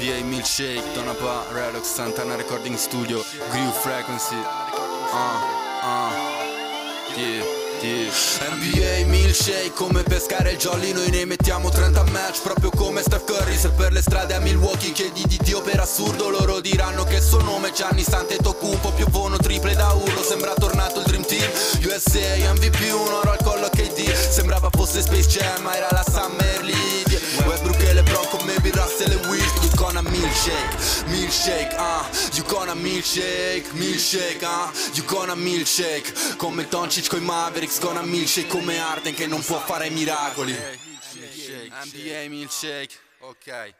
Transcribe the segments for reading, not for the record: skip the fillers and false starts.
NBA Milkshake, Tonapa, Relox, Santana Recording Studio, Groove Frequency. NBA Milkshake, come pescare il jolly, noi ne mettiamo 30 a match, proprio come Steph Curry. Se per le strade a Milwaukee chiedi di Dio per assurdo, loro diranno che il suo nome è Gianni Antetokounmpo. Piovono triple da urlo, sembra tornato il Dream Team. USA MVP, un oro al collo KD, sembrava fosse Space Jam ma era la Summer League. Westbrook e LeBron come Bill Russell e Wilt. You gonna milkshake, milkshake, you gonna milkshake, milkshake, you gonna milkshake. Come Doncic coi Mavericks, gonna milkshake come Harden che non può fare miracoli. NBA milkshake, ok.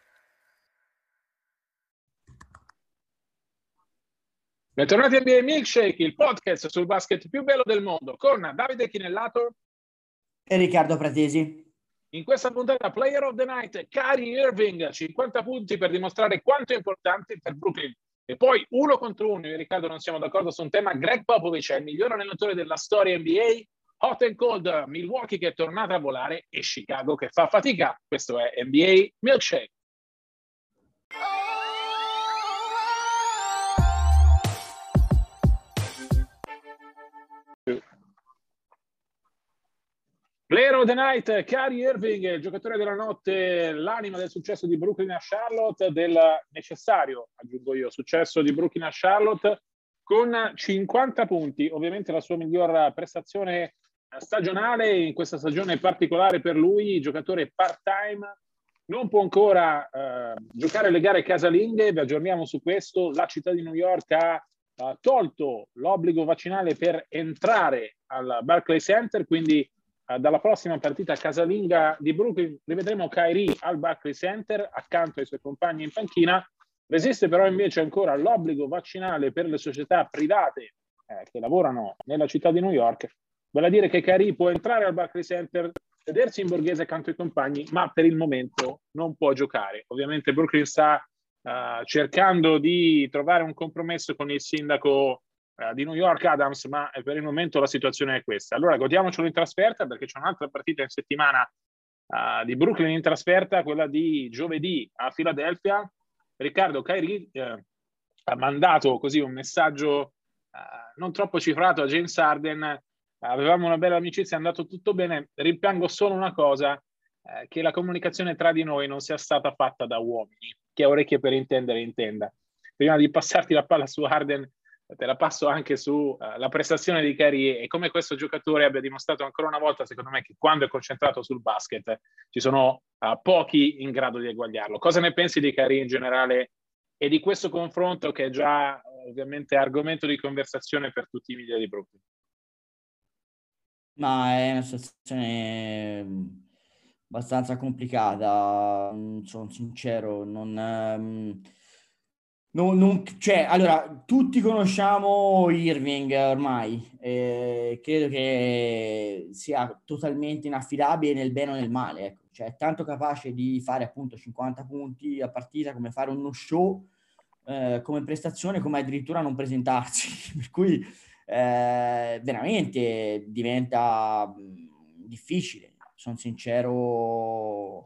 Bentornati a NBA Milkshake, il podcast sul basket più bello del mondo, con Davide Chinellato e Riccardo Pratesi. In questa puntata Player of the Night, Kyrie Irving, 50 punti per dimostrare quanto è importante per Brooklyn. E poi 1 contro 1, io e Riccardo non siamo d'accordo su un tema. Greg Popovich è il miglior allenatore della storia NBA. Hot and cold, Milwaukee che è tornata a volare e Chicago che fa fatica. Questo è NBA Milkshake. Player of the Night, Kyrie Irving, il giocatore della notte, l'anima del successo di Brooklyn a Charlotte, del necessario, aggiungo io, successo di Brooklyn a Charlotte, con 50 punti, ovviamente la sua miglior prestazione stagionale, in questa stagione particolare per lui, giocatore part-time, non può ancora giocare le gare casalinghe, vi aggiorniamo su questo. La città di New York ha tolto l'obbligo vaccinale per entrare al Barclays Center, quindi dalla prossima partita casalinga di Brooklyn rivedremo Kyrie al Barclays Center accanto ai suoi compagni in panchina. Resiste però invece ancora l'obbligo vaccinale per le società private che lavorano nella città di New York. Vale a dire che Kyrie può entrare al Barclays Center, sedersi in borghese accanto ai compagni, ma per il momento non può giocare. Ovviamente Brooklyn sta cercando di trovare un compromesso con il sindaco di New York Adams, ma per il momento la situazione è questa. Allora godiamocelo in trasferta, perché c'è un'altra partita in settimana di Brooklyn in trasferta, quella di giovedì a Filadelfia. Riccardo, Kyrie ha mandato così un messaggio non troppo cifrato a James Harden. Avevamo una bella amicizia, è andato tutto bene, rimpiango solo una cosa, che la comunicazione tra di noi non sia stata fatta da uomini. Chi ha orecchie per intendere intenda. Prima di passarti la palla su Harden, te la passo anche su la prestazione di Kyrie e come questo giocatore abbia dimostrato ancora una volta, secondo me, che quando è concentrato sul basket ci sono pochi in grado di eguagliarlo. Cosa ne pensi di Kyrie in generale e di questo confronto che è già ovviamente argomento di conversazione per tutti i media di Brooklyn? Ma è una situazione abbastanza complicata, sono sincero, cioè, allora, tutti conosciamo Irving ormai, credo che sia totalmente inaffidabile nel bene o nel male, ecco. Cioè, è tanto capace di fare appunto 50 punti a partita, come fare uno show, come prestazione, come addirittura non presentarsi, per cui veramente diventa difficile, sono sincero,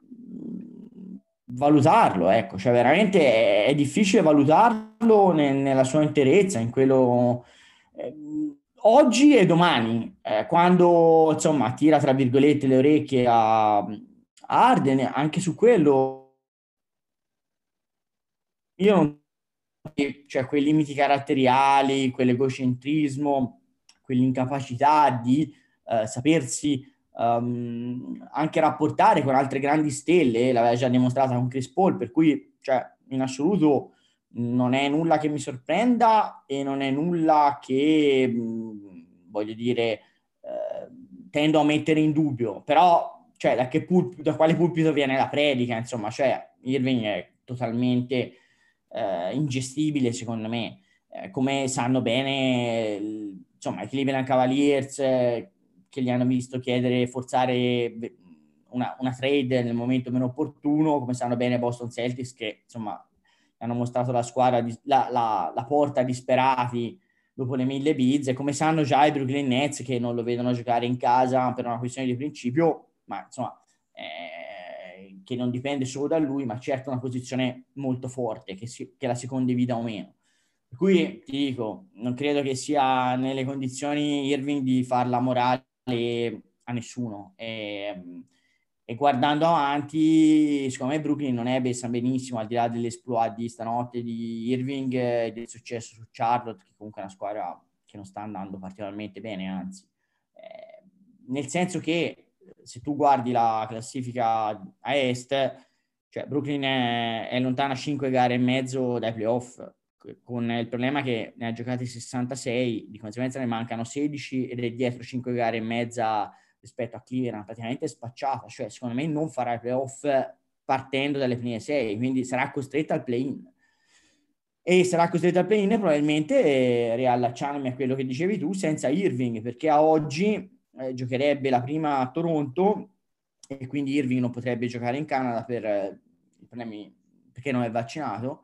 valutarlo, ecco, cioè veramente è difficile valutarlo nella sua interezza, in quello oggi e domani, quando insomma tira tra virgolette le orecchie a Harden, anche su quello io non, cioè quei limiti caratteriali, quell'egocentrismo, quell'incapacità di sapersi anche rapportare con altre grandi stelle, l'aveva già dimostrata con Chris Paul, per cui cioè, in assoluto non è nulla che mi sorprenda e non è nulla che voglio dire tendo a mettere in dubbio, però cioè, da quale pulpito viene la predica, insomma, cioè Irving è totalmente ingestibile secondo me, come sanno bene insomma i Cleveland Cavaliers, che gli hanno visto chiedere, forzare una trade nel momento meno opportuno, come sanno bene Boston Celtics, che insomma hanno mostrato la squadra la porta disperati dopo le 1000 bids, e come sanno già i Brooklyn Nets, che non lo vedono giocare in casa per una questione di principio, ma insomma che non dipende solo da lui, ma certo una posizione molto forte, che la si condivida o meno. Per cui ti dico, non credo che sia nelle condizioni Irving di farla morale a nessuno. E guardando avanti, secondo me Brooklyn non è messa benissimo, al di là dell'esploit di stanotte di Irving e del successo su Charlotte, che comunque è una squadra che non sta andando particolarmente bene, anzi. Nel senso che se tu guardi la classifica a est, cioè Brooklyn è lontana 5 gare e mezzo dai playoff, con il problema che ne ha giocati 66, di conseguenza ne mancano 16 ed è dietro 5 gare e mezza rispetto a Cleveland, praticamente spacciata, cioè secondo me non farà i playoff partendo dalle prime 6, quindi sarà costretta al play-in. E sarà costretta al play-in probabilmente, riallacciandomi a quello che dicevi tu, senza Irving, perché a oggi giocherebbe la prima a Toronto e quindi Irving non potrebbe giocare in Canada per i problemi, perché non è vaccinato,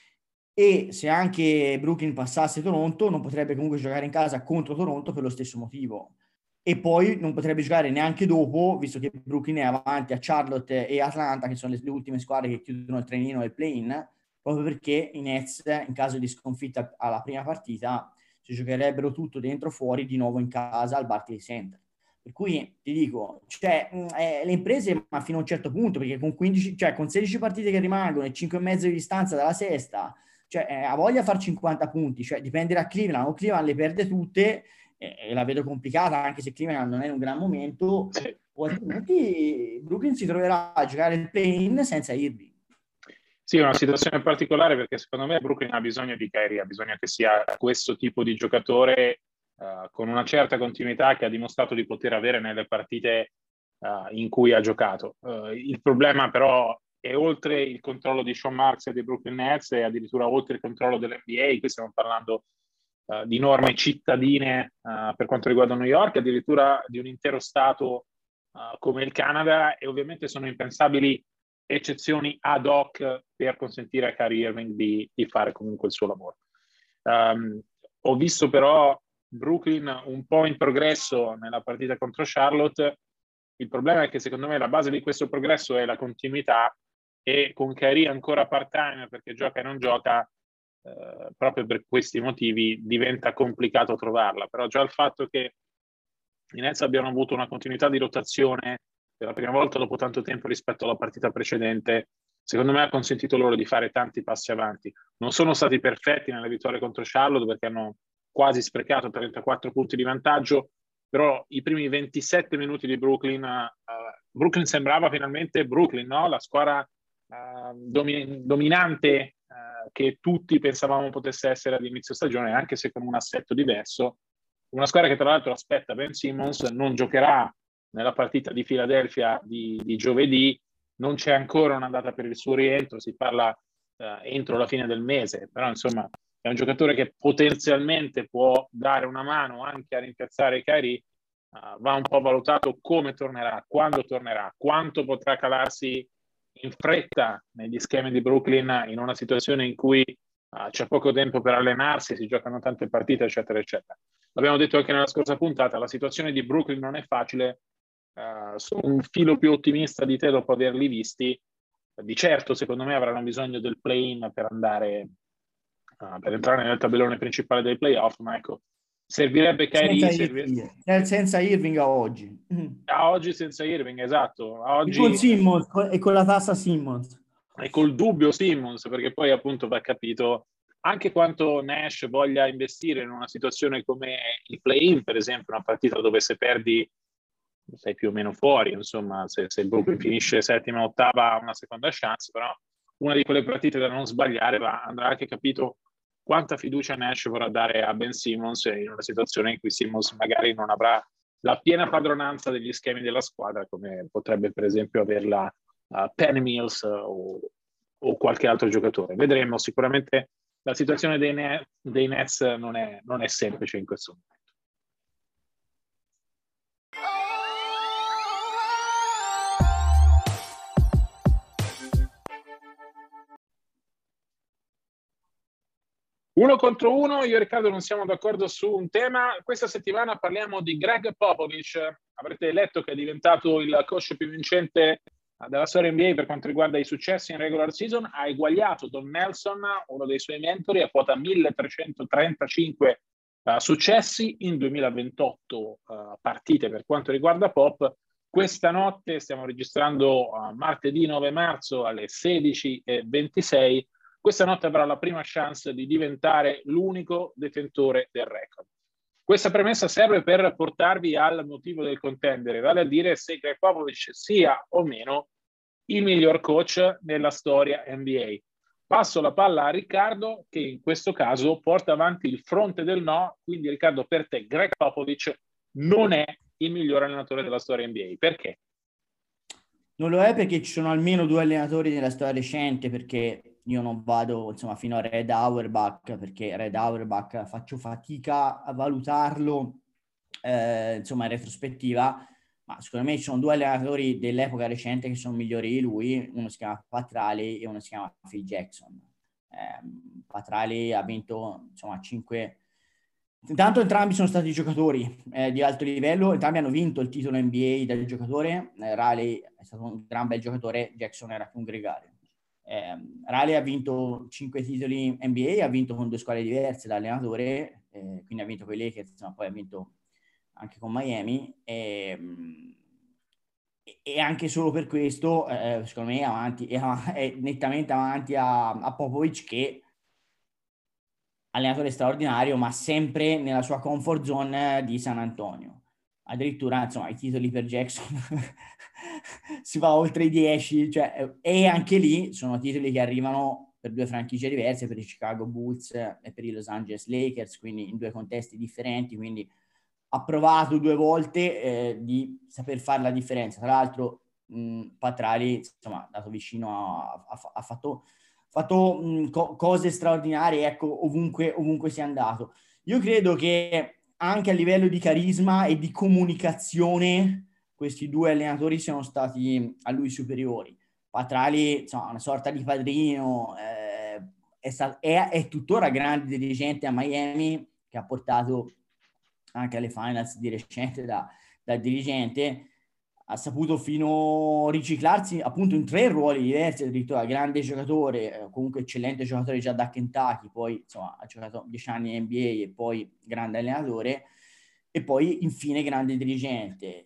e se anche Brooklyn passasse Toronto non potrebbe comunque giocare in casa contro Toronto per lo stesso motivo, e poi non potrebbe giocare neanche dopo, visto che Brooklyn è avanti a Charlotte e Atlanta, che sono le ultime squadre che chiudono il trenino del play-in, proprio perché i Nets, in caso di sconfitta alla prima partita, si giocherebbero tutto dentro o fuori di nuovo in casa al Barclays Center. Per cui ti dico, cioè, le imprese, ma fino a un certo punto, perché con 15, cioè con 16 partite che rimangono e 5 e mezzo di distanza dalla sesta, cioè ha voglia di far 50 punti, cioè dipende da Cleveland, o Cleveland le perde tutte e la vedo complicata, anche se Cleveland non è in un gran momento, o altrimenti Brooklyn si troverà a giocare il play-in senza Irving. Sì, è una situazione particolare perché secondo me Brooklyn ha bisogno di Kyrie, ha bisogno che sia questo tipo di giocatore con una certa continuità che ha dimostrato di poter avere nelle partite in cui ha giocato. Il problema però è oltre il controllo di Sean Marks e dei Brooklyn Nets e addirittura oltre il controllo dell'NBA. Qui stiamo parlando di norme cittadine per quanto riguarda New York, addirittura di un intero stato come il Canada, e ovviamente sono impensabili eccezioni ad hoc per consentire a Kyrie Irving di fare comunque il suo lavoro. Ho visto però Brooklyn un po' in progresso nella partita contro Charlotte. Il problema è che secondo me la base di questo progresso è la continuità, e con Kyrie ancora part-time perché gioca e non gioca, proprio per questi motivi diventa complicato trovarla. Però già il fatto che i Nets abbiano avuto una continuità di rotazione per la prima volta dopo tanto tempo rispetto alla partita precedente, secondo me ha consentito loro di fare tanti passi avanti. Non sono stati perfetti nelle vittorie contro Charlotte perché hanno quasi sprecato 34 punti di vantaggio, però i primi 27 minuti di Brooklyn, Brooklyn sembrava finalmente Brooklyn, no? La squadra dominante che tutti pensavamo potesse essere all'inizio stagione, anche se con un assetto diverso. Una squadra che tra l'altro aspetta Ben Simmons, non giocherà nella partita di Philadelphia di giovedì, non c'è ancora una data per il suo rientro, si parla entro la fine del mese, però insomma è un giocatore che potenzialmente può dare una mano anche a rimpiazzare Kyrie. Va un po' valutato come tornerà, quando tornerà, quanto potrà calarsi in fretta negli schemi di Brooklyn in una situazione in cui c'è poco tempo per allenarsi, si giocano tante partite, eccetera, eccetera. L'abbiamo detto anche nella scorsa puntata, la situazione di Brooklyn non è facile. Sono un filo più ottimista di te dopo averli visti. Di certo, secondo me, avranno bisogno del play-in per andare per entrare nel tabellone principale dei playoff, ma ecco, servirebbe Kyrie senza Irving a oggi. A oggi senza Irving, esatto. A oggi, e con Simmons, e con la tassa Simmons. E col dubbio Simmons, perché poi appunto va capito anche quanto Nash voglia investire in una situazione come il play-in, per esempio, una partita dove se perdi sei più o meno fuori, insomma, se il Brooklyn finisce settima o ottava ha una seconda chance, però una di quelle partite da non sbagliare andrà anche capito quanta fiducia Nash vorrà dare a Ben Simmons in una situazione in cui Simmons magari non avrà la piena padronanza degli schemi della squadra, come potrebbe per esempio averla Penny Mills o qualche altro giocatore. Vedremo. Sicuramente la situazione dei Nets non è semplice in questo momento. Uno contro uno, io e Riccardo non siamo d'accordo su un tema. Questa settimana parliamo di Greg Popovich. Avrete letto che è diventato il coach più vincente della storia NBA per quanto riguarda i successi in regular season, ha eguagliato Don Nelson, uno dei suoi mentori, a quota 1335 successi in 2028 partite per quanto riguarda Pop. Questa notte stiamo registrando martedì 9 marzo alle 16:26. Questa notte avrà la prima chance di diventare l'unico detentore del record. Questa premessa serve per portarvi al motivo del contendere, vale a dire se Greg Popovich sia o meno il miglior coach nella storia NBA. Passo la palla a Riccardo, che in questo caso porta avanti il fronte del no. Quindi, Riccardo, per te Greg Popovich non è il miglior allenatore della storia NBA. Perché? Non lo è perché ci sono almeno 2 allenatori nella storia recente, perché io non vado, insomma, fino a Red Auerbach, perché Red Auerbach faccio fatica a valutarlo, insomma, in retrospettiva, ma secondo me ci sono 2 allenatori dell'epoca recente che sono migliori di lui. Uno si chiama Pat Riley e uno si chiama Phil Jackson. Pat Riley ha vinto, insomma, 5... Intanto entrambi sono stati giocatori di alto livello, entrambi hanno vinto il titolo NBA da giocatore. Riley è stato un gran bel giocatore, Jackson era più un gregario. Riley ha vinto 5 titoli NBA, ha vinto con 2 squadre diverse da allenatore, quindi ha vinto con i Lakers, insomma, poi ha vinto anche con Miami, e anche solo per questo, secondo me, è nettamente avanti a Popovich, che allenatore straordinario, ma sempre nella sua comfort zone di San Antonio. Addirittura, insomma, i titoli per Jackson si va oltre i 10, cioè, e anche lì sono titoli che arrivano per 2 franchigie diverse, per i Chicago Bulls e per i Los Angeles Lakers, quindi in 2 contesti differenti, quindi ha provato 2 volte di saper fare la differenza. Tra l'altro Pat Riley, insomma, dato vicino, ha fatto cose straordinarie, ecco, ovunque sia andato. Io credo che anche a livello di carisma e di comunicazione questi 2 allenatori siano stati a lui superiori. Pat Riley, insomma, una sorta di padrino, è tuttora grande dirigente a Miami, che ha portato anche alle finals di recente da dirigente. Ha saputo fino riciclarsi appunto in 3 ruoli diversi, addirittura grande giocatore, comunque eccellente giocatore già da Kentucky, poi insomma ha giocato 10 anni in NBA e poi grande allenatore, e poi infine grande dirigente.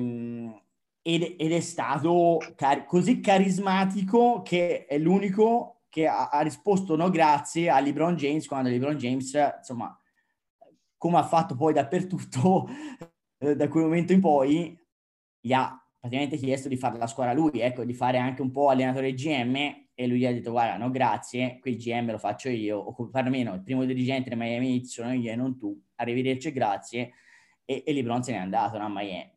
Ed è stato così carismatico che è l'unico che ha risposto no grazie a LeBron James, quando LeBron James, insomma, come ha fatto poi dappertutto, da quel momento in poi gli ha praticamente chiesto di fare la squadra lui, ecco, di fare anche un po' allenatore GM, e lui gli ha detto: guarda, no grazie, qui il GM lo faccio io, o perlomeno il primo dirigente dei Miami Heat sono io e non tu, arrivederci, grazie. E LeBron se n'è andato a Miami.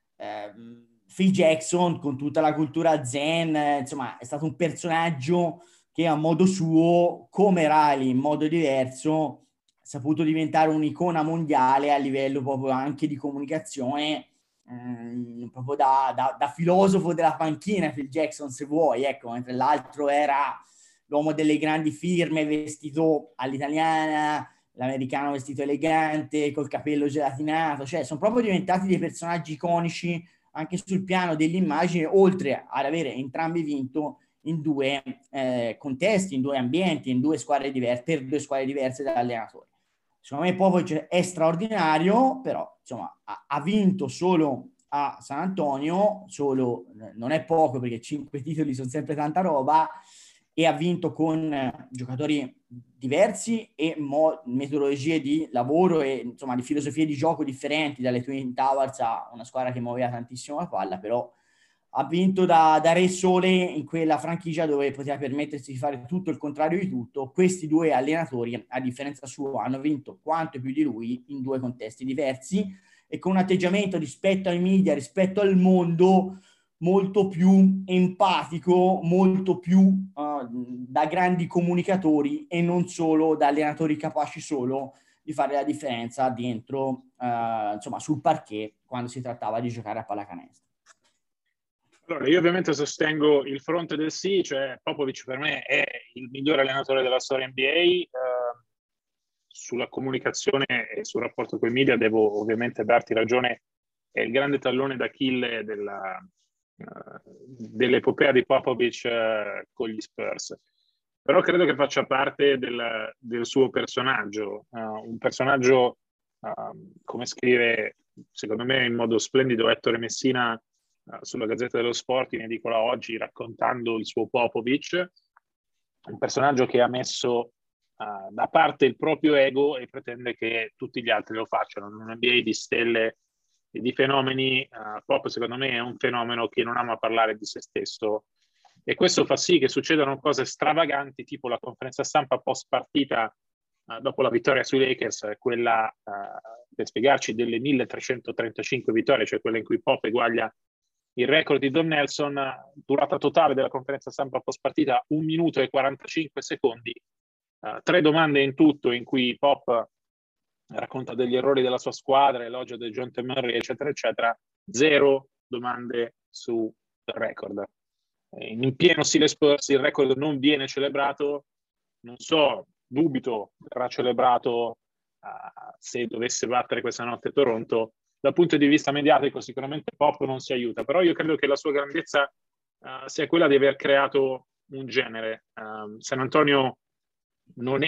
Phil Jackson, con tutta la cultura zen, insomma, è stato un personaggio che a modo suo, come Riley in modo diverso, ha saputo diventare un'icona mondiale a livello proprio anche di comunicazione, proprio da filosofo della panchina, Phil Jackson, se vuoi, ecco, mentre l'altro era l'uomo delle grandi firme, vestito all'italiana, l'americano vestito elegante, col capello gelatinato, cioè sono proprio diventati dei personaggi iconici anche sul piano dell'immagine, oltre ad avere entrambi vinto in 2 contesti, in 2 ambienti, in 2 squadre diverse, per 2 squadre diverse da allenatori. Secondo me Popovic è straordinario, però insomma ha vinto solo a San Antonio, solo, non è poco perché 5 titoli sono sempre tanta roba, e ha vinto con giocatori diversi e metodologie di lavoro e insomma di filosofie di gioco differenti, dalle Twin Towers a una squadra che muoveva tantissimo la palla, però ha vinto da Re Sole in quella franchigia dove poteva permettersi di fare tutto il contrario di tutto. Questi 2 allenatori, a differenza sua, hanno vinto quanto più di lui in 2 contesti diversi e con un atteggiamento rispetto ai media, rispetto al mondo, molto più empatico, molto più da grandi comunicatori e non solo da allenatori capaci solo di fare la differenza dentro, insomma, sul parquet quando si trattava di giocare a pallacanestro. Allora, io ovviamente sostengo il fronte del sì, cioè Popovic per me è il migliore allenatore della storia NBA. Sulla comunicazione e sul rapporto con i media devo ovviamente darti ragione, è il grande tallone d'Achille dell'epopea di Popovich con gli Spurs. Però credo che faccia parte del suo personaggio, un personaggio, come scrive secondo me in modo splendido Ettore Messina sulla Gazzetta dello Sport in edicola oggi, raccontando il suo Popovich, un personaggio che ha messo da parte il proprio ego e pretende che tutti gli altri lo facciano. In un NBA di stelle e di fenomeni, Pop secondo me è un fenomeno che non ama parlare di se stesso, e questo fa sì che succedano cose stravaganti, tipo la conferenza stampa post partita dopo la vittoria sui Lakers, quella per spiegarci delle 1335 vittorie, cioè quella in cui Pop eguaglia il record di Don Nelson. Durata totale della conferenza stampa post partita 1 minuto e 45 secondi, 3 domande in tutto, in cui Pop racconta degli errori della sua squadra, elogio del John T. Murray, eccetera, eccetera. 0 domande sul record. In pieno stile Spurs il record non viene celebrato, non so, dubito verrà celebrato se dovesse battere questa notte Toronto. Dal punto di vista mediatico sicuramente Pop non si aiuta, però io credo che la sua grandezza sia quella di aver creato un genere. San Antonio non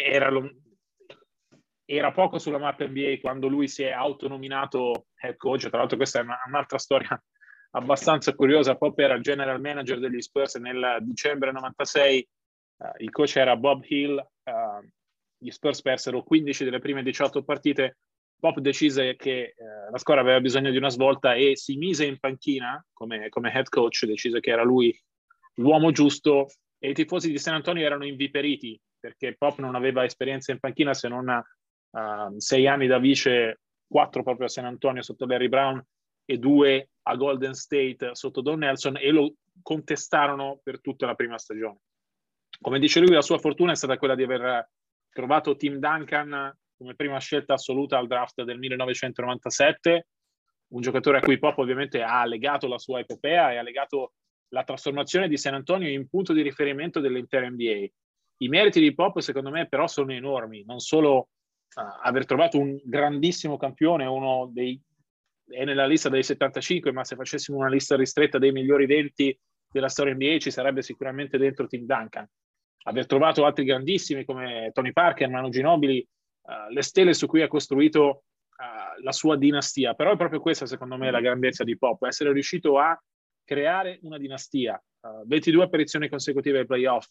era poco sulla mappa NBA quando lui si è autonominato head coach. Tra l'altro questa è un'altra storia abbastanza curiosa. Pop era general manager degli Spurs nel dicembre 96, il coach era Bob Hill, gli Spurs persero 15 delle prime 18 partite. Pop decise che la squadra aveva bisogno di una svolta e si mise in panchina come head coach, decise che era lui l'uomo giusto, e i tifosi di San Antonio erano inviperiti perché Pop non aveva esperienza in panchina se non 6 anni da vice, 4 proprio a San Antonio sotto Larry Brown e 2 a Golden State sotto Don Nelson, e lo contestarono per tutta la prima stagione. Come dice lui, la sua fortuna è stata quella di aver trovato Tim Duncan come prima scelta assoluta al draft del 1997, un giocatore a cui Pop ovviamente ha legato la sua epopea e ha legato la trasformazione di San Antonio in punto di riferimento dell'intera NBA. I meriti di Pop secondo me però sono enormi, non solo aver trovato un grandissimo campione, uno dei è nella lista dei 75, ma se facessimo una lista ristretta dei migliori 20 della storia NBA ci sarebbe sicuramente dentro Tim Duncan. Aver trovato altri grandissimi come Tony Parker, Manu Ginobili, le stelle su cui ha costruito la sua dinastia. Però è proprio questa secondo me la grandezza di Pop, essere riuscito a creare una dinastia, 22 apparizioni consecutive ai playoff,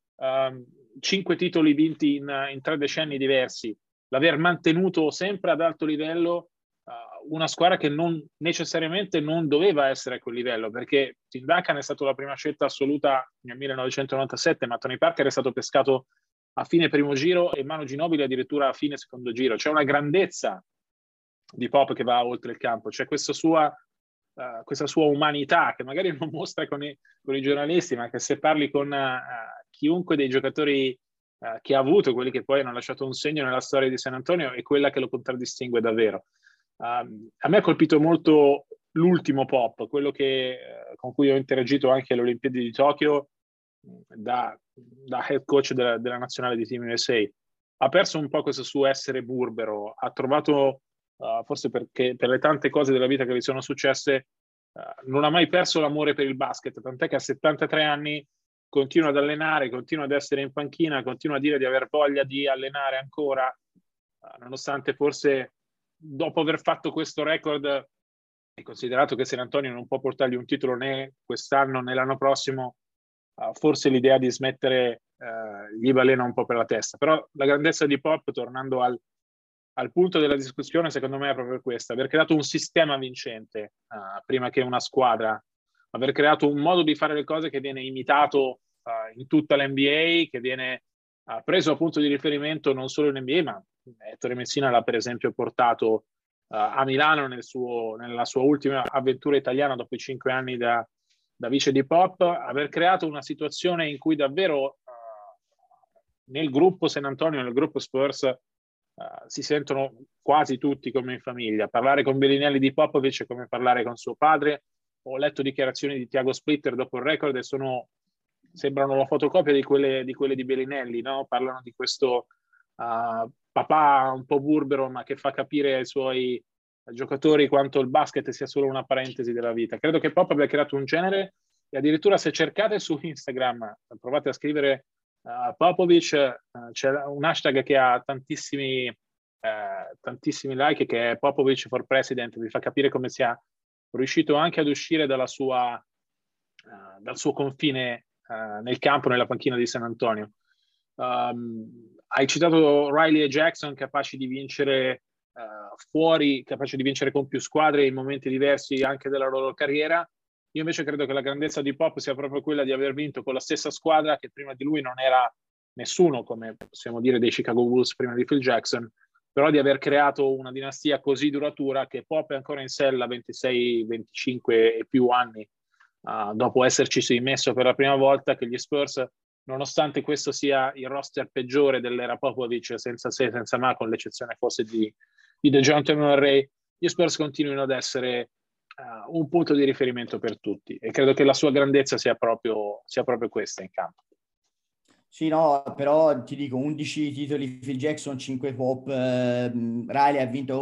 5 titoli vinti in 3 decenni diversi, l'aver mantenuto sempre ad alto livello una squadra che non necessariamente non doveva essere a quel livello, perché Tim Duncan è stato la prima scelta assoluta nel 1997, ma Tony Parker è stato pescato a fine primo giro e Manu Ginobili addirittura a fine secondo giro. C'è una grandezza di Pop che va oltre il campo, c'è questa sua umanità che magari non mostra con i giornalisti, ma che se parli con chiunque dei giocatori che ha avuto, quelli che poi hanno lasciato un segno nella storia di San Antonio, è quella che lo contraddistingue davvero. A me ha colpito molto l'ultimo Pop, quello con cui ho interagito anche alle Olimpiadi di Tokyo da head coach della nazionale di Team USA. Ha perso un po' questo suo essere burbero, ha trovato, forse perché per le tante cose della vita che gli sono successe, non ha mai perso l'amore per il basket, tant'è che a 73 anni continua ad allenare, continua ad essere in panchina, continua a dire di aver voglia di allenare ancora, nonostante forse dopo aver fatto questo record e considerato che San Antonio non può portargli un titolo né quest'anno né l'anno prossimo, forse l'idea di smettere gli balena un po' per la testa. Però la grandezza di Pop, tornando al punto della discussione, secondo me è proprio questa: aver creato un sistema vincente prima che una squadra, aver creato un modo di fare le cose che viene imitato in tutta l'NBA, che viene preso a punto di riferimento non solo in NBA, ma Ettore Messina l'ha per esempio portato a Milano nella sua ultima avventura italiana dopo i 5 anni da vice di Pop. Aver creato una situazione in cui davvero nel gruppo San Antonio, nel gruppo Spurs, si sentono quasi tutti come in famiglia. Parlare con Bellinelli di Popovich è come parlare con suo padre. Ho letto dichiarazioni di Tiago Splitter dopo il record e sembrano la fotocopia di quelle di Bellinelli, no? Parlano di questo papà un po' burbero, ma che fa capire ai suoi giocatori quanto il basket sia solo una parentesi della vita. Credo che Pop abbia creato un genere, e addirittura se cercate su Instagram, provate a scrivere Popovic, c'è un hashtag che ha tantissimi like, che è Popovic for President, vi fa capire come sia riuscito anche ad uscire dal suo confine nel campo, nella panchina di San Antonio. Hai citato Riley e Jackson, capaci di vincere fuori, capaci di vincere con più squadre in momenti diversi anche della loro carriera. Io invece credo che la grandezza di Pop sia proprio quella di aver vinto con la stessa squadra, che prima di lui non era nessuno, come possiamo dire dei Chicago Bulls prima di Phil Jackson, però di aver creato una dinastia così duratura che Pop è ancora in sella 26, 25 e più anni dopo esserci messo per la prima volta, che gli Spurs, nonostante questo sia il roster peggiore dell'era Popovic, senza se, senza ma, con l'eccezione forse di DeJounte Murray, gli Spurs continuano ad essere un punto di riferimento per tutti, e credo che la sua grandezza sia proprio questa in campo. Sì, no, però ti dico, 11 titoli Phil Jackson, 5 Pop, Riley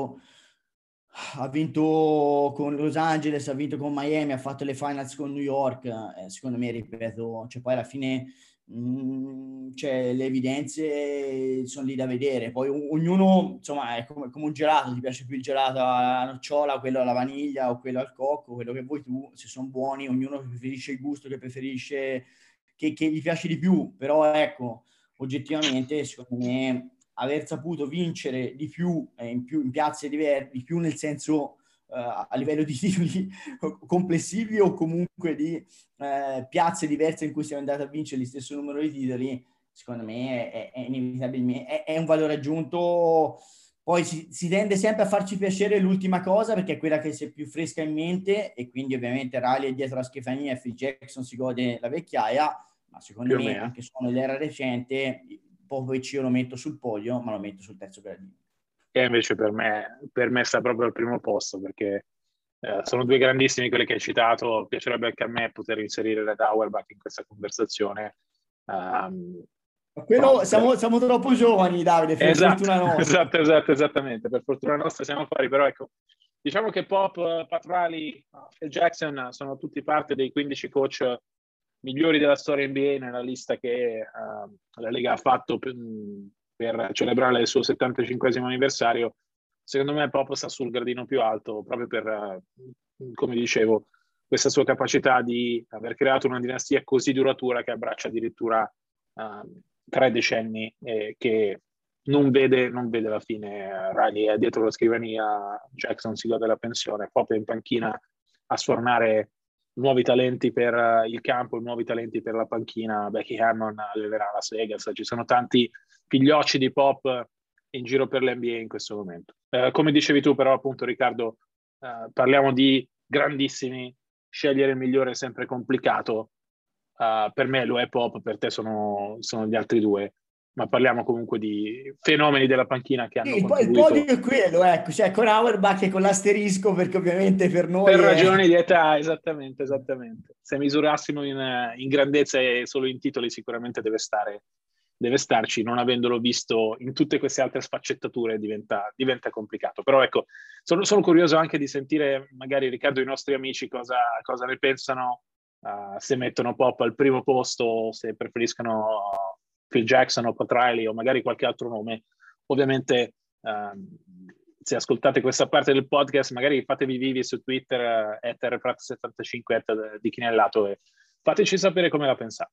ha vinto con Los Angeles, ha vinto con Miami, ha fatto le finals con New York, secondo me, ripeto, cioè poi alla fine cioè, le evidenze sono lì da vedere, poi ognuno, insomma, è come un gelato, ti piace più il gelato alla nocciola, quello alla vaniglia o quello al cocco, quello che vuoi tu, se sono buoni, ognuno preferisce il gusto che preferisce, che gli piace di più, però ecco, oggettivamente, secondo me, aver saputo vincere di più in piazze diverse, di più nel senso a livello di titoli complessivi o comunque di piazze diverse in cui siamo andati a vincere lo stesso numero di titoli, secondo me è inevitabilmente è un valore aggiunto. Poi si tende sempre a farci piacere l'ultima cosa, perché è quella che si è più fresca in mente, e quindi ovviamente Riley è dietro la scrivania e Phil Jackson si gode la vecchiaia, ma secondo me anche solo nell'era recente Popovic io lo metto sul podio, ma lo metto sul terzo gradino. E invece per me sta proprio al primo posto, perché sono due grandissimi quelli che hai citato. Piacerebbe anche a me poter inserire Red Auerbach in questa conversazione. Quello siamo troppo giovani, Davide, per fortuna nostra. Esattamente, per fortuna nostra siamo fuori, però ecco, diciamo che Pop, Pat Riley e Jackson sono tutti parte dei 15 coach migliori della storia NBA, nella lista che la Lega ha fatto per celebrare il suo 75esimo anniversario. Secondo me Pop sta sul gradino più alto, proprio per, come dicevo, questa sua capacità di aver creato una dinastia così duratura che abbraccia addirittura 3 decenni, che non vede la fine. Riley è dietro la scrivania, Jackson si gode la pensione, Pop è in panchina a sfornare nuovi talenti per il campo, nuovi talenti per la panchina. Becky Hammon allenerà Las Vegas, ci sono tanti figliocci di Pop in giro per l'NBA in questo momento. Come dicevi tu però, appunto, Riccardo, parliamo di grandissimi, scegliere il migliore è sempre complicato. Per me lo è Pop, per te sono gli altri due, ma parliamo comunque di fenomeni della panchina che hanno contribuito. Il podio è quello, ecco, cioè con Auerbach e con l'asterisco, perché ovviamente per noi per ragioni di età, esattamente. Se misurassimo in grandezza e solo in titoli, sicuramente deve starci. Non avendolo visto in tutte queste altre sfaccettature diventa complicato. Però ecco, sono curioso anche di sentire magari, Riccardo, i nostri amici cosa ne pensano, se mettono Pop al primo posto, se preferiscono Phil Jackson o Pat Riley o magari qualche altro nome. Ovviamente se ascoltate questa parte del podcast, magari fatevi vivi su Twitter @rprat75 di Chinellato, e fateci sapere come la pensate.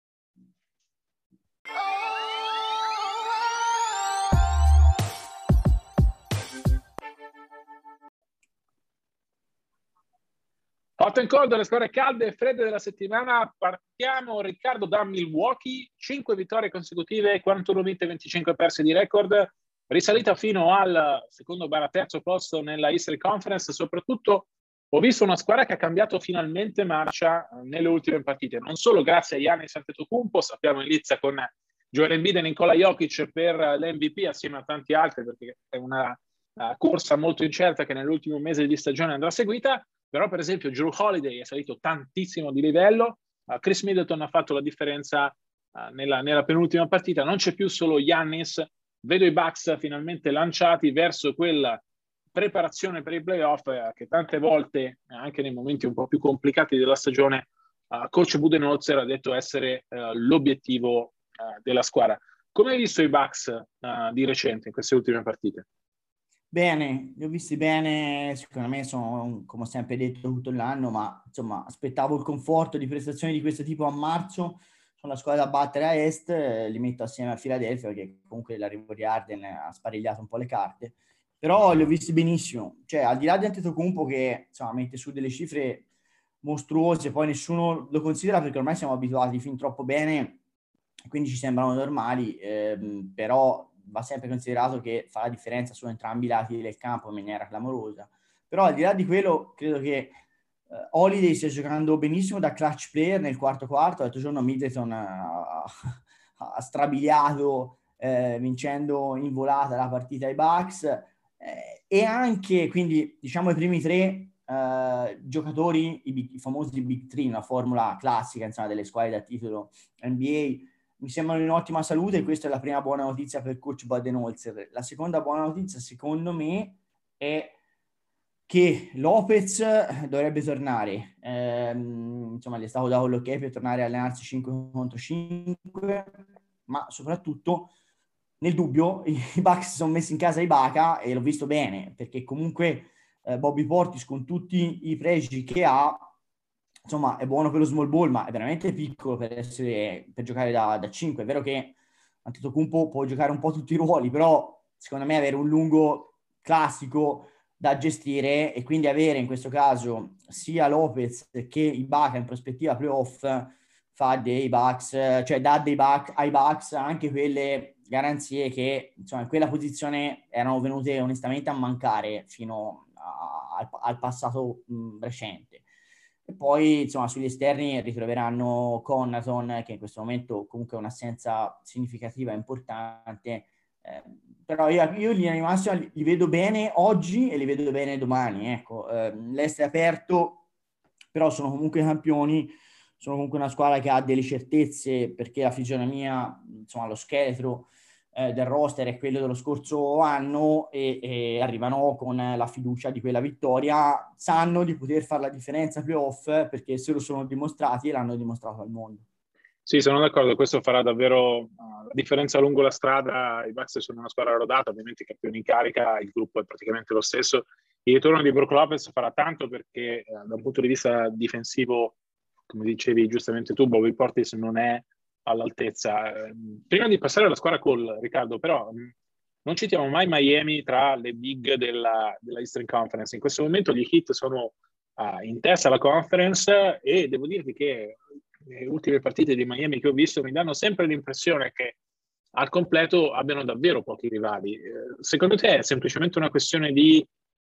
Hot and cold, le squadre calde e fredde della settimana. Partiamo, Riccardo, da Milwaukee. 5 vittorie consecutive, 41 vinte, 25 perse di record, risalita fino al secondo/terzo posto nella Eastern Conference. Soprattutto ho visto una squadra che ha cambiato finalmente marcia nelle ultime partite, non solo grazie a Giannis Antetokounmpo. Sappiamo inizia con Joel Embiid e Nikola Jokic per l'MVP assieme a tanti altri, perché è una corsa molto incerta che nell'ultimo mese di stagione andrà seguita. Però per esempio Jrue Holiday è salito tantissimo di livello, Chris Middleton ha fatto la differenza nella penultima partita. Non c'è più solo Giannis, vedo i Bucks finalmente lanciati verso quel preparazione per i playoff, che tante volte, anche nei momenti un po' più complicati della stagione, coach Budenholzer ha detto essere l'obiettivo della squadra. Come hai visto i Bucks di recente in queste ultime partite? Bene, li ho visti bene, secondo me sono, come ho sempre detto, tutto l'anno, ma insomma aspettavo il conforto di prestazioni di questo tipo a marzo. Sono la squadra da battere a est, li metto assieme a Philadelphia, perché comunque l'arrivo di Harden ha sparigliato un po' le carte, però li ho visti benissimo. Cioè, al di là di Antetokounmpo che insomma mette su delle cifre mostruose, poi nessuno lo considera perché ormai siamo abituati fin troppo bene, quindi ci sembrano normali, però va sempre considerato che fa la differenza su entrambi i lati del campo in maniera clamorosa. Però al di là di quello, credo che Holiday stia giocando benissimo da clutch player nel quarto quarto. L'altro giorno Middleton ha strabiliato vincendo in volata la partita ai Bucks, e anche, quindi diciamo i primi tre giocatori, i famosi Big Three, una formula classica insomma, delle squadre da titolo NBA, mi sembrano in ottima salute, e questa è la prima buona notizia per coach Budenholzer. La seconda buona notizia, secondo me, è che Lopez dovrebbe tornare. Insomma, gli è stato dato l'ok per tornare a allenarsi 5 contro 5, ma soprattutto, nel dubbio, i Bucks si sono messi in casa Ibaka, e l'ho visto bene, perché comunque Bobby Portis, con tutti i pregi che ha, insomma, è buono per lo small ball, ma è veramente piccolo per giocare da 5. È vero che Antetokounmpo può giocare un po' tutti i ruoli, però secondo me avere un lungo classico da gestire, e quindi avere in questo caso sia Lopez che Ibaka in prospettiva playoff, fa dei Bucks, cioè dà ai Bucks anche quelle garanzie che insomma in quella posizione erano venute onestamente a mancare fino al passato recente. E poi insomma sugli esterni ritroveranno Connaughton, che in questo momento comunque è un'assenza significativa e importante, però io in linea di massima li vedo bene oggi e li vedo bene domani, ecco. L'Est è aperto, però sono comunque campioni, sono comunque una squadra che ha delle certezze, perché la fisionomia, insomma lo scheletro del roster è quello dello scorso anno, e arrivano con la fiducia di quella vittoria, sanno di poter fare la differenza playoff, perché se lo sono dimostrati e l'hanno dimostrato al mondo. Sì, sono d'accordo, questo farà davvero la differenza lungo la strada. I Bucks sono una squadra rodata, ovviamente i campioni in carica, il gruppo è praticamente lo stesso. Il ritorno di Brook Lopez farà tanto, perché da un punto di vista difensivo, come dicevi giustamente tu, Bobby Portis non è all'altezza. Prima di passare alla squadra call, Riccardo, però non citiamo mai Miami tra le big della Eastern Conference. In questo momento gli Heat sono in testa alla conference, e devo dirti che le ultime partite di Miami che ho visto mi danno sempre l'impressione che al completo abbiano davvero pochi rivali. Secondo te è semplicemente una questione di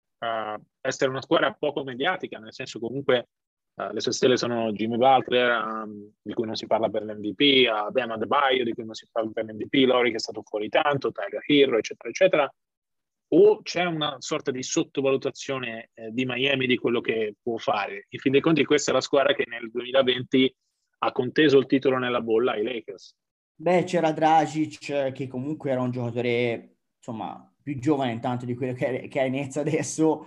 essere una squadra poco mediatica, nel senso comunque le sue stelle sono Jimmy Butler, di cui non si parla per l'MVP, Bam Adebayo, di cui non si parla per l'MVP, Lowry che è stato fuori tanto, Tyler Hero, eccetera, eccetera, o c'è una sorta di sottovalutazione di Miami di quello che può fare? In fin dei conti questa è la squadra che nel 2020 ha conteso il titolo nella bolla ai Lakers. Beh, c'era Dragic, che comunque era un giocatore insomma più giovane intanto di quello che è Nets adesso,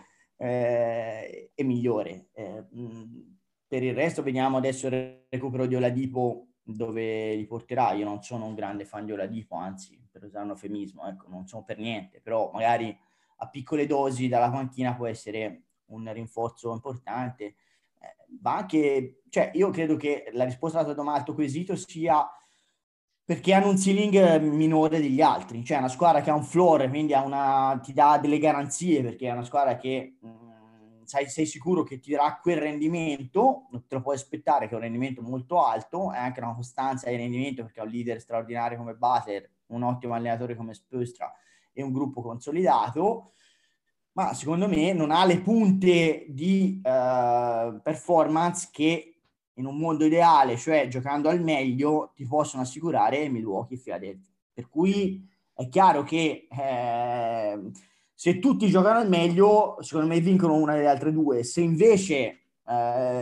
e migliore. Per il resto vediamo adesso il recupero di Oladipo, dove li porterà. Io non sono un grande fan di Oladipo, anzi, per usare un eufemismo, ecco, non sono per niente, però magari a piccole dosi dalla panchina può essere un rinforzo importante. Va anche, cioè, io credo che la risposta alla tua domanda, al tuo quesito, sia perché hanno un ceiling minore degli altri, cioè una squadra che ha un floor, quindi ti dà delle garanzie, perché è una squadra che sei sicuro che ti darà quel rendimento, non te lo puoi aspettare, che è un rendimento molto alto, è anche una costanza di rendimento, perché ha un leader straordinario come Butler, un ottimo allenatore come Spoelstra e un gruppo consolidato, ma secondo me non ha le punte di performance che in un mondo ideale, cioè giocando al meglio, ti possono assicurare Milwaukee e Philadelphia. Per cui è chiaro che se tutti giocano al meglio, secondo me vincono una delle altre due. Se invece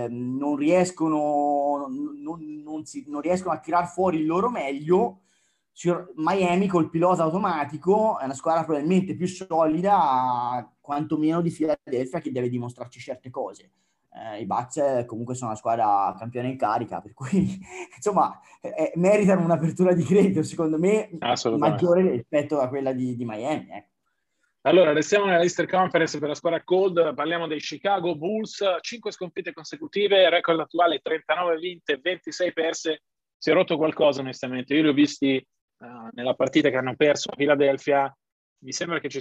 non riescono a tirar fuori il loro meglio, Miami col pilota automatico è una squadra probabilmente più solida, quantomeno di Philadelphia, che deve dimostrarci certe cose. I Bucks comunque sono una squadra campione in carica, per cui insomma meritano un'apertura di credito, secondo me, maggiore rispetto a quella di Miami. Allora, restiamo nella Eastern Conference per la squadra cold, parliamo dei Chicago Bulls, 5 sconfitte consecutive, record attuale 39 vinte, 26 perse. Si è rotto qualcosa onestamente, io li ho visti nella partita che hanno perso a Philadelphia. Mi sembra che ci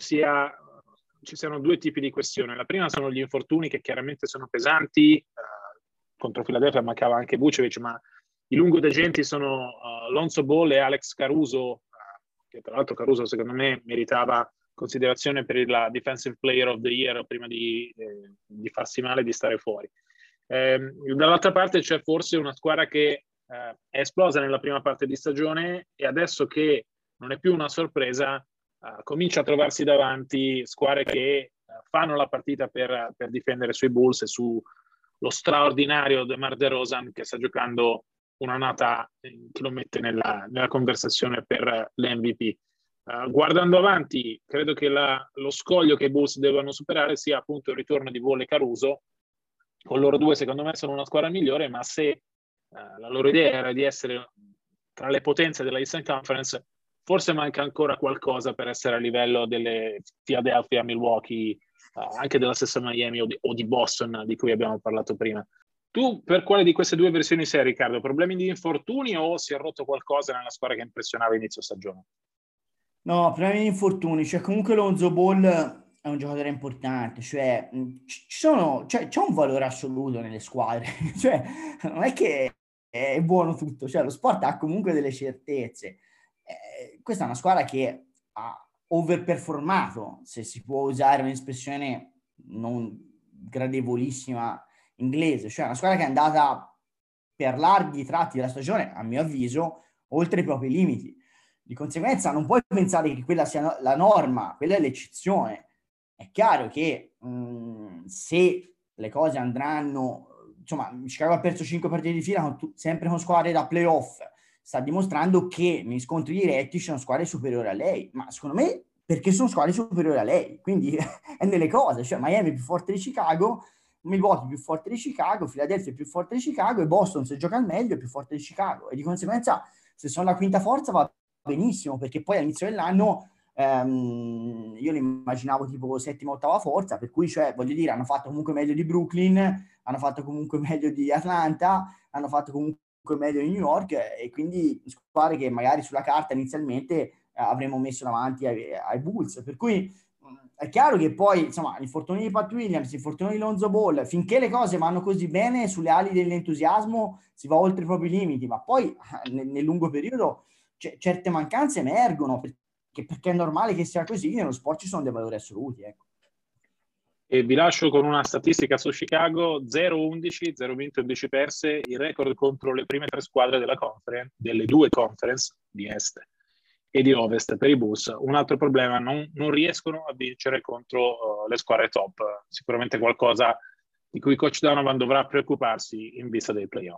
siano due tipi di questioni. La prima sono gli infortuni, che chiaramente sono pesanti. Contro Philadelphia mancava anche Vucevic, ma i lungodegenti sono Lonzo Ball e Alex Caruso, che tra l'altro Caruso secondo me meritava considerazione per la Defensive Player of the Year prima di farsi male e di stare fuori. Dall'altra parte c'è forse una squadra che è esplosa nella prima parte di stagione e adesso che non è più una sorpresa comincia a trovarsi davanti squadre che fanno la partita per difendere sui Bulls e su lo straordinario DeMar DeRozan, che sta giocando un'annata che lo mette nella conversazione per l'MVP. Guardando avanti, credo che lo scoglio che i Bulls devono superare sia appunto il ritorno di Ball e Caruso. Con loro due secondo me sono una squadra migliore, ma se la loro idea era di essere tra le potenze della Eastern Conference, forse manca ancora qualcosa per essere a livello delle Philadelphia, Milwaukee, anche della stessa Miami o di Boston, di cui abbiamo parlato prima. Tu per quale di queste due versioni sei, Riccardo? Problemi di infortuni o si è rotto qualcosa nella squadra che impressionava inizio stagione? No, problemi di infortuni, cioè comunque Lonzo Ball è un giocatore importante, cioè c'è un valore assoluto nelle squadre, cioè non è che è buono tutto, cioè lo sport ha comunque delle certezze. Questa è una squadra che ha overperformato, se si può usare un'espressione non gradevolissima inglese, cioè una squadra che è andata per larghi tratti della stagione, a mio avviso, oltre i propri limiti. Di conseguenza non puoi pensare che quella sia la norma, quella è l'eccezione. È chiaro che se le cose andranno, insomma, Chicago ha perso 5 partite di fila sempre con squadre da playoff, sta dimostrando che negli scontri diretti ci sono squadre superiori a lei, ma secondo me perché sono squadre superiori a lei, quindi è nelle cose, cioè Miami è più forte di Chicago, Milwaukee è più forte di Chicago, Philadelphia è più forte di Chicago e Boston, se gioca al meglio, è più forte di Chicago, e di conseguenza se sono la quinta forza va benissimo, perché poi all'inizio dell'anno io li immaginavo tipo settima, ottava forza, per cui cioè voglio dire hanno fatto comunque meglio di Brooklyn, hanno fatto comunque meglio di Atlanta, hanno fatto comunque meglio di New York, e quindi squadre che magari sulla carta inizialmente avremmo messo davanti ai Bulls, per cui è chiaro che poi insomma l'infortunio di Pat Williams, l'infortunio di Lonzo Ball, finché le cose vanno così bene sulle ali dell'entusiasmo si va oltre i propri limiti, ma poi nel lungo periodo certe mancanze emergono, perché è normale che sia così, nello sport ci sono dei valori assoluti, ecco. E vi lascio con una statistica su Chicago: 0-11, 0 vinte, 11 perse, il record contro le prime tre squadre della conference, delle due conference di Est e di Ovest per i Bulls. Un altro problema, non riescono a vincere contro le squadre top, sicuramente qualcosa di cui coach Donovan dovrà preoccuparsi in vista dei playoff.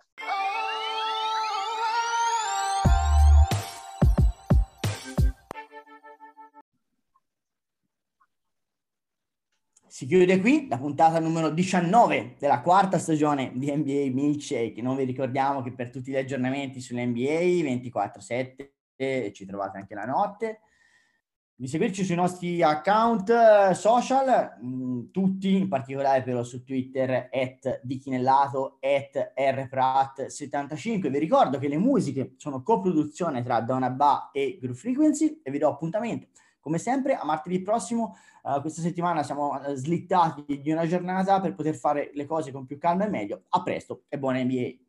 Si chiude qui la puntata numero 19 della quarta stagione di NBA Milkshake. Noi vi ricordiamo che per tutti gli aggiornamenti sull'NBA 24/7 ci trovate anche la notte. Di seguirci sui nostri account social, tutti, in particolare però su Twitter @dichinellato, @rprat75. Vi ricordo che le musiche sono coproduzione tra Donabà e Groove Frequency e vi do appuntamento come sempre a martedì prossimo. Questa settimana siamo slittati di una giornata per poter fare le cose con più calma e meglio. A presto e buona NBA!